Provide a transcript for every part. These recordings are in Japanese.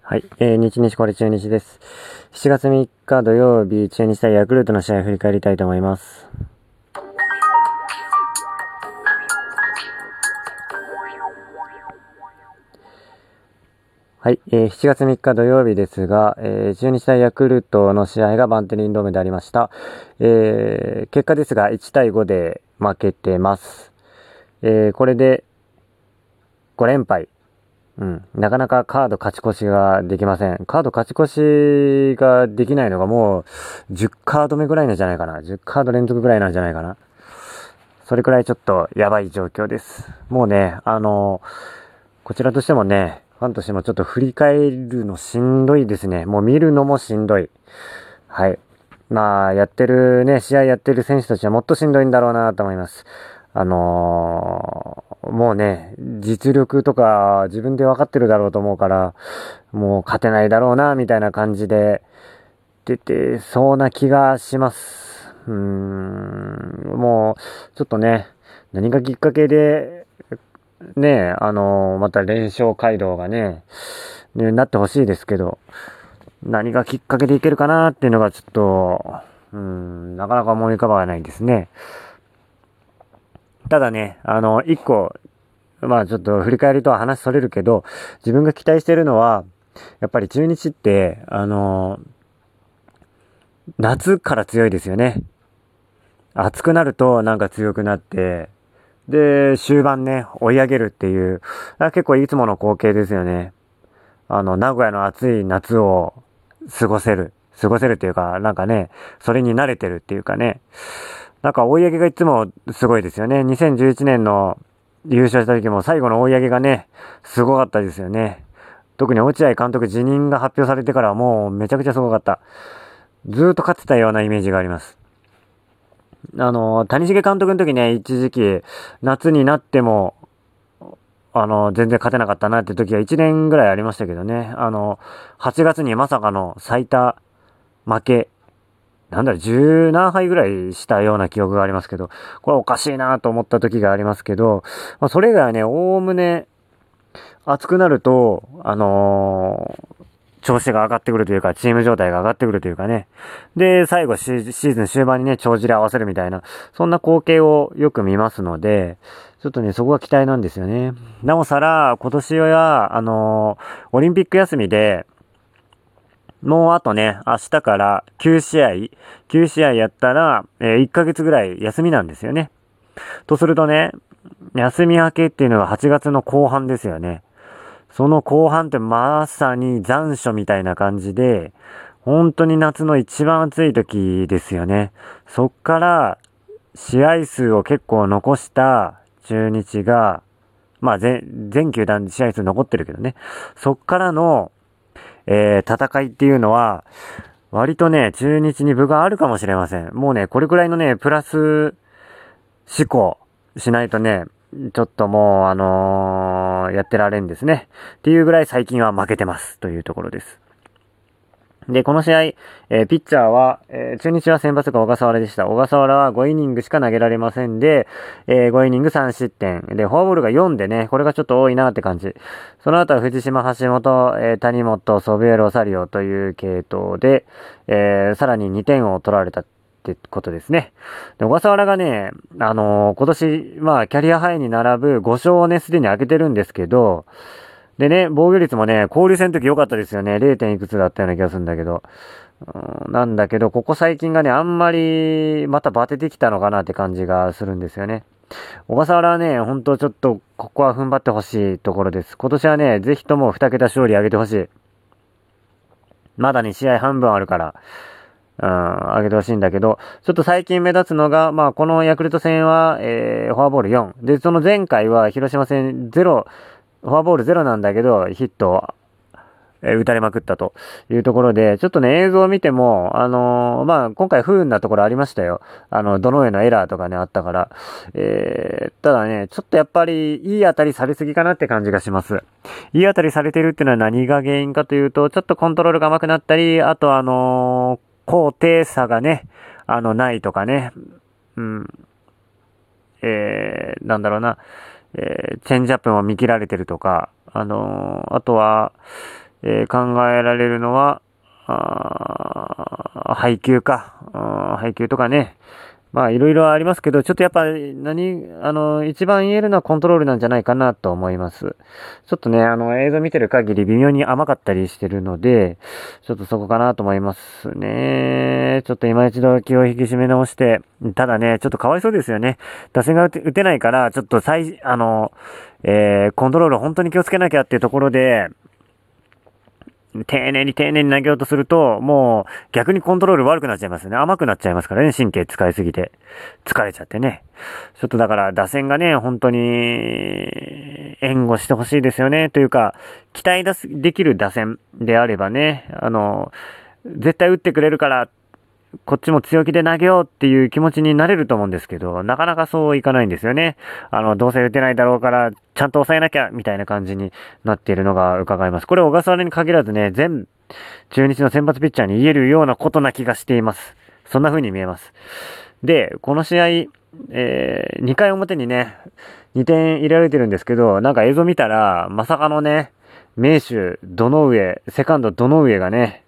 はい。日日これ中日です。7月3日土曜日、中日対ヤクルトの試合を振り返りたいと思います。はい。7月3日土曜日ですが、中日対ヤクルトの試合がバンテリンドームでありました。結果ですが、1対5で負けてます。これで5連敗。なかなかカード勝ち越しができません。カード勝ち越しができないのがもう10カード目ぐらいなんじゃないかな。10カード連続ぐらいなんじゃないかな。それくらいちょっとやばい状況です。もうね、こちらとしてもね、ファンとしてもちょっと振り返るのしんどいですね。もう見るのもしんどい。はい。まあ、試合やってる選手たちはもっとしんどいんだろうなと思います。もうね、実力とか自分で分かってるだろうと思うから、もう勝てないだろうな、みたいな感じで出てそうな気がします。もう、ちょっとね、何がきっかけで、ね、また連勝街道がね、なってほしいですけど、何がきっかけでいけるかなっていうのがちょっと、なかなか思い浮かばないですね。ただね、一個、まあちょっと振り返りとは話それるけど、自分が期待してるのは、やっぱり中日って、夏から強いですよね。暑くなるとなんか強くなって、で、終盤ね、追い上げるっていう、結構いつもの光景ですよね。名古屋の暑い夏を過ごせる。過ごせるっていうか、なんかね、それに慣れてるっていうかね。なんか追い上げがいつもすごいですよね。2011年の優勝した時も最後の追い上げがね、すごかったですよね。特に落合監督辞任が発表されてからはもうめちゃくちゃすごかった。ずーっと勝ってたようなイメージがあります。谷繁監督の時ね、一時期、夏になっても、全然勝てなかったなって時は1年ぐらいありましたけどね。8月にまさかの最多負け、なんだろ、10何敗ぐらいしたような記憶がありますけど、これおかしいなと思った時がありますけど、まあ、それ以外はね、おおむね、暑くなると、調子が上がってくるというか、チーム状態が上がってくるというかね。で、最後シーズン終盤にね、帳尻合わせるみたいな、そんな光景をよく見ますので、ちょっとね、そこが期待なんですよね。なおさら、今年は、オリンピック休みで、もうあとね、明日から9試合やったら、1ヶ月ぐらい休みなんですよね。とするとね、休み明けっていうのが8月の後半ですよね。その後半ってまさに残暑みたいな感じで、本当に夏の一番暑い時ですよね。そっから試合数を結構残した中日が、まあ全球団試合数残ってるけどね。そっからの、戦いっていうのは、割とね、中日に分があるかもしれません。もうね、これくらいのね、プラス思考しないとね、ちょっともう、やってられんですね。っていうぐらい最近は負けてますというところです。で、この試合、ピッチャーは、中日は先発が小笠原でした。小笠原は5イニングしか投げられませんで、5イニング3失点。で、フォアボールが4でね、これがちょっと多いなって感じ。その後は藤島、橋本、谷本、ソビエロサリオという系統で、さらに2点を取られたってことですね。で、小笠原がね、今年、まあ、キャリアハイに並ぶ5勝をね、すでに上げてるんですけど、でね、防御率もね、交流戦の時良かったですよね。0. いくつだったような気がするんだけど。なんだけど、ここ最近がね、あんまり、またバテてきたのかなって感じがするんですよね。小笠原はね、ほんとちょっと、ここは踏ん張ってほしいところです。今年はね、ぜひとも2桁勝利上げてほしい。まだね、試合半分あるから、上げてほしいんだけど、ちょっと最近目立つのが、まあ、このヤクルト戦は、フォアボール4。で、その前回は広島戦0、フォアボール0なんだけど、ヒットを、打たれまくったというところで、ちょっとね、映像を見ても、まあ、今回不運なところありましたよ。どの上のエラーとかね、あったから。ただね、ちょっとやっぱり、いい当たりされすぎかなって感じがします。いい当たりされてるっていうのは何が原因かというと、ちょっとコントロールが甘くなったり、あと高低差がね、ないとかね、うん、なんだろうな、チェンジアップも見切られてるとか、あとは、 考えられるのは、配球か。配球とかね。まあ、いろいろありますけど、ちょっとやっぱ、一番言えるのはコントロールなんじゃないかなと思います。ちょっとね、映像見てる限り微妙に甘かったりしてるので、ちょっとそこかなと思いますね。ちょっと今一度気を引き締め直して、ただね、ちょっとかわいそうですよね。打線が打てないから、ちょっとコントロール本当に気をつけなきゃっていうところで、丁寧に投げようとすると、もう逆にコントロール悪くなっちゃいますね。甘くなっちゃいますからね、神経使いすぎて。疲れちゃってね。ちょっとだから打線がね、本当に援護してほしいですよね。というか、期待できる打線であればね、絶対打ってくれるから、こっちも強気で投げようっていう気持ちになれると思うんですけど、なかなかそういかないんですよね。どうせ打てないだろうから、ちゃんと抑えなきゃ、みたいな感じになっているのが伺えます。これ小笠原に限らずね、中日の先発ピッチャーに言えるようなことな気がしています。そんな風に見えます。で、この試合、2回表にね、2点入れられてるんですけど、なんか映像見たら、まさかのね、名手、セカンド、どの上がね、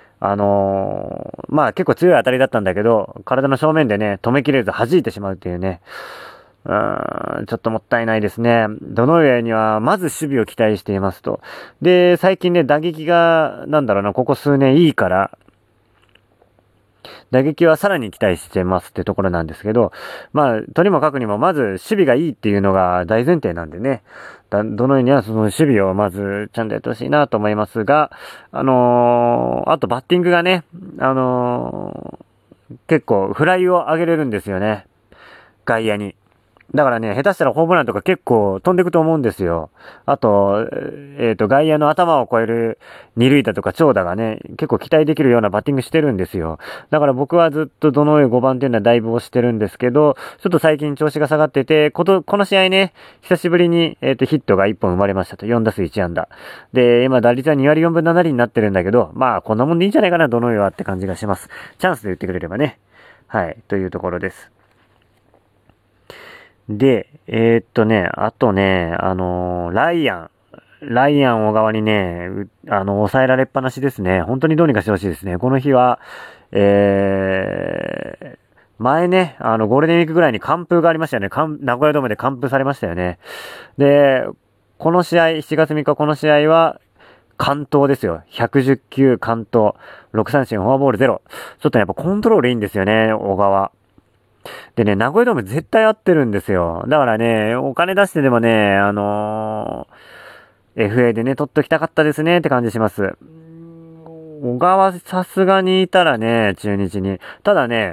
まあ結構強い当たりだったんだけど、体の正面でね、止めきれず弾いてしまうっていうね。ちょっともったいないですね。どの上には、まず守備を期待していますと。で、最近ね、打撃が、なんだろうな、ここ数年いいから、打撃はさらに期待してますってところなんですけど、まあ、とにもかくにも、まず守備がいいっていうのが大前提なんでね、どのようにはその守備をまずちゃんとやってほしいなと思いますが、あとバッティングがね、結構フライを上げれるんですよね。外野に。だからね、下手したらホームランとか結構飛んでくと思うんですよ。あと、外野の頭を越える二塁打とか長打がね、結構期待できるようなバッティングしてるんですよ。だから僕はずっとどの上5番っていうのはだいぶ押してるんですけど、ちょっと最近調子が下がってて、この試合ね、久しぶりに、ヒットが1本生まれましたと。4打数1安打。で、今打率は2割4分7厘になってるんだけど、まあ、こんなもんでいいんじゃないかな、どの上はって感じがします。チャンスで打ってくれればね。はい、というところです。で、あとね、ライアン小川にね、抑えられっぱなしですね。本当にどうにかしてほしいですね。この日は、前ね、ゴールデンウィークぐらいに完封がありましたよね。名古屋ドームで完封されましたよね。で、この試合、7月3日この試合は、完投ですよ。110球完投。6三振、フォアボール0。ちょっとやっぱコントロールいいんですよね、小川。でね、名古屋ドーム絶対合ってるんですよ。だからね、お金出してでもね、FA でね、取っときたかったですねって感じします。小川さすがにいたらね、中日に。ただね、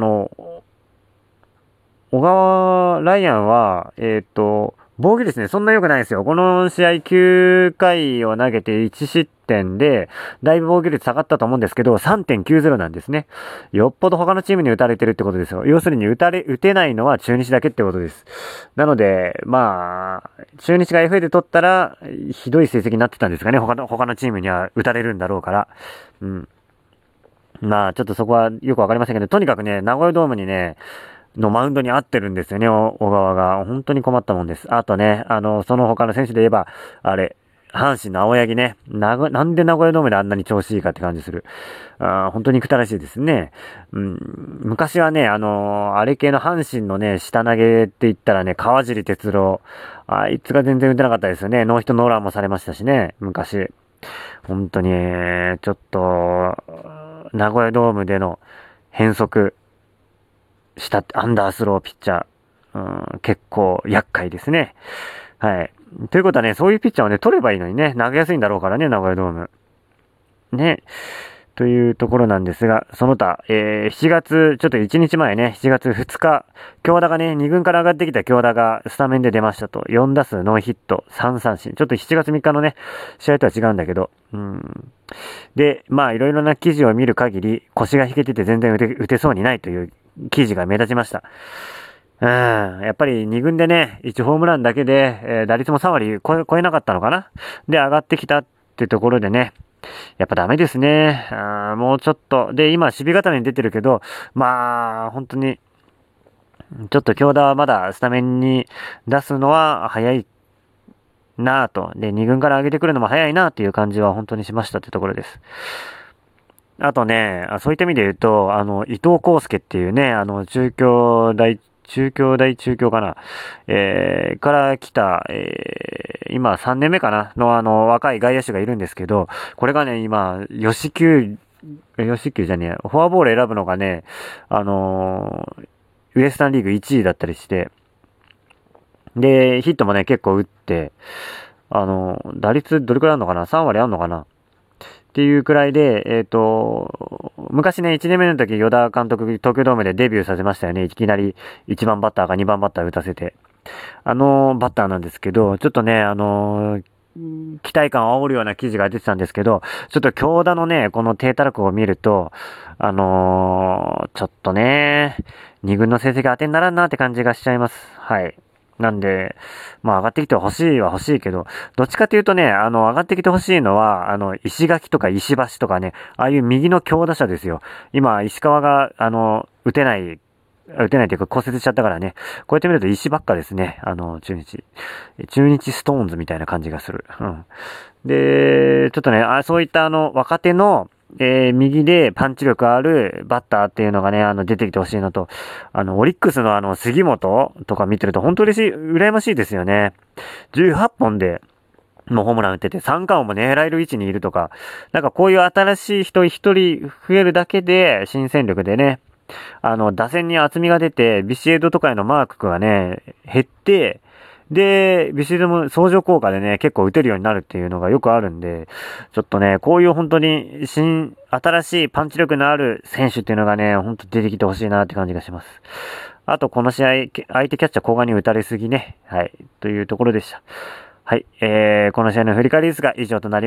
小川ライアンは、防御率ね、そんな良くないんですよ。この試合9回を投げて1失点で、だいぶ防御率下がったと思うんですけど、3.90なんですね。よっぽど他のチームに打たれてるってことですよ。要するに打てないのは中日だけってことです。なので、まあ、中日が FA で取ったら、ひどい成績になってたんですかね。他のチームには打たれるんだろうから。うん。まあ、ちょっとそこはよくわかりませんけど、とにかくね、名古屋ドームにね、のマウンドに合ってるんですよね、小川が。本当に困ったもんです。あとね、その他の選手で言えば、阪神の青柳ね。なんで名古屋ドームであんなに調子いいかって感じする。本当に憎たらしいですね。うん、昔はね、あれ系の阪神のね、下投げって言ったらね、川尻哲郎。あいつが全然打てなかったですよね。ノーヒットノーランもされましたしね、昔。本当に、ちょっと、名古屋ドームでの変則、アンダースローピッチャー、結構厄介ですね。はい。ということはね、そういうピッチャーをね、取ればいいのにね、投げやすいんだろうからね、名古屋ドーム。ね。というところなんですが、その他、7月、ちょっと1日前ね、7月2日、京田がね、2軍から上がってきた京田がスタメンで出ましたと。4打数ノーヒット、3三振。ちょっと7月3日のね、試合とは違うんだけど、で、まあ、いろいろな記事を見る限り、腰が引けてて全然打てそうにないという記事が目立ちました。やっぱり2軍でね、1ホームランだけで、打率も3割超えなかったのかな。で、上がってきたってところでね、やっぱダメですね。もうちょっと。で、今、守備固めに出てるけど、まあ、本当に、ちょっと京田はまだスタメンに出すのは早いなぁと。で、2軍から上げてくるのも早いなっていう感じは本当にしましたってところです。あとね、そういった意味で言うと、伊藤康介っていうね、中京かな、から来た、今3年目かなの若い外野手がいるんですけど、これがね、今、吉球じゃねえや、フォアボール選ぶのがね、ウエスタンリーグ1位だったりして、で、ヒットもね、結構打って、打率どれくらいあるのかな？ 3 割あるのかなっていうくらいで、昔ね、1年目の時、与田監督、東京ドームでデビューさせましたよね。いきなり1番バッターか2番バッター打たせて。バッターなんですけど、ちょっとね、期待感を煽るような記事が出てたんですけど、ちょっと京田のね、この低たらくを見ると、ちょっとね、2軍の成績当てにならんなって感じがしちゃいます。はい。なんで、まあ上がってきて欲しいは欲しいけど、どっちかというとね、上がってきて欲しいのは、石垣とか石橋とかね、ああいう右の強打者ですよ。今、石川が、打てないというか骨折しちゃったからね。こうやって見ると石ばっかですね。中日。中日ストーンズみたいな感じがする。うん。で、ちょっとね、そういった若手の、右でパンチ力あるバッターっていうのがね、出てきてほしいのと、オリックスの杉本とか見てると本当嬉しい、羨ましいですよね。18本で、もうホームラン打ってて、三冠王も狙える位置にいるとか、なんかこういう新しい人一人増えるだけで、新戦力でね、打線に厚みが出て、ビシエドとかへのマークがね、減って、で、ビシエドも相乗効果でね、結構打てるようになるっていうのがよくあるんで、ちょっとね、こういう本当に新しいパンチ力のある選手っていうのがね、ほんと出てきてほしいなって感じがします。あと、この試合、相手キャッチャー後半に打たれすぎね。はい。というところでした。はい。この試合の振り返りですが、以上となります。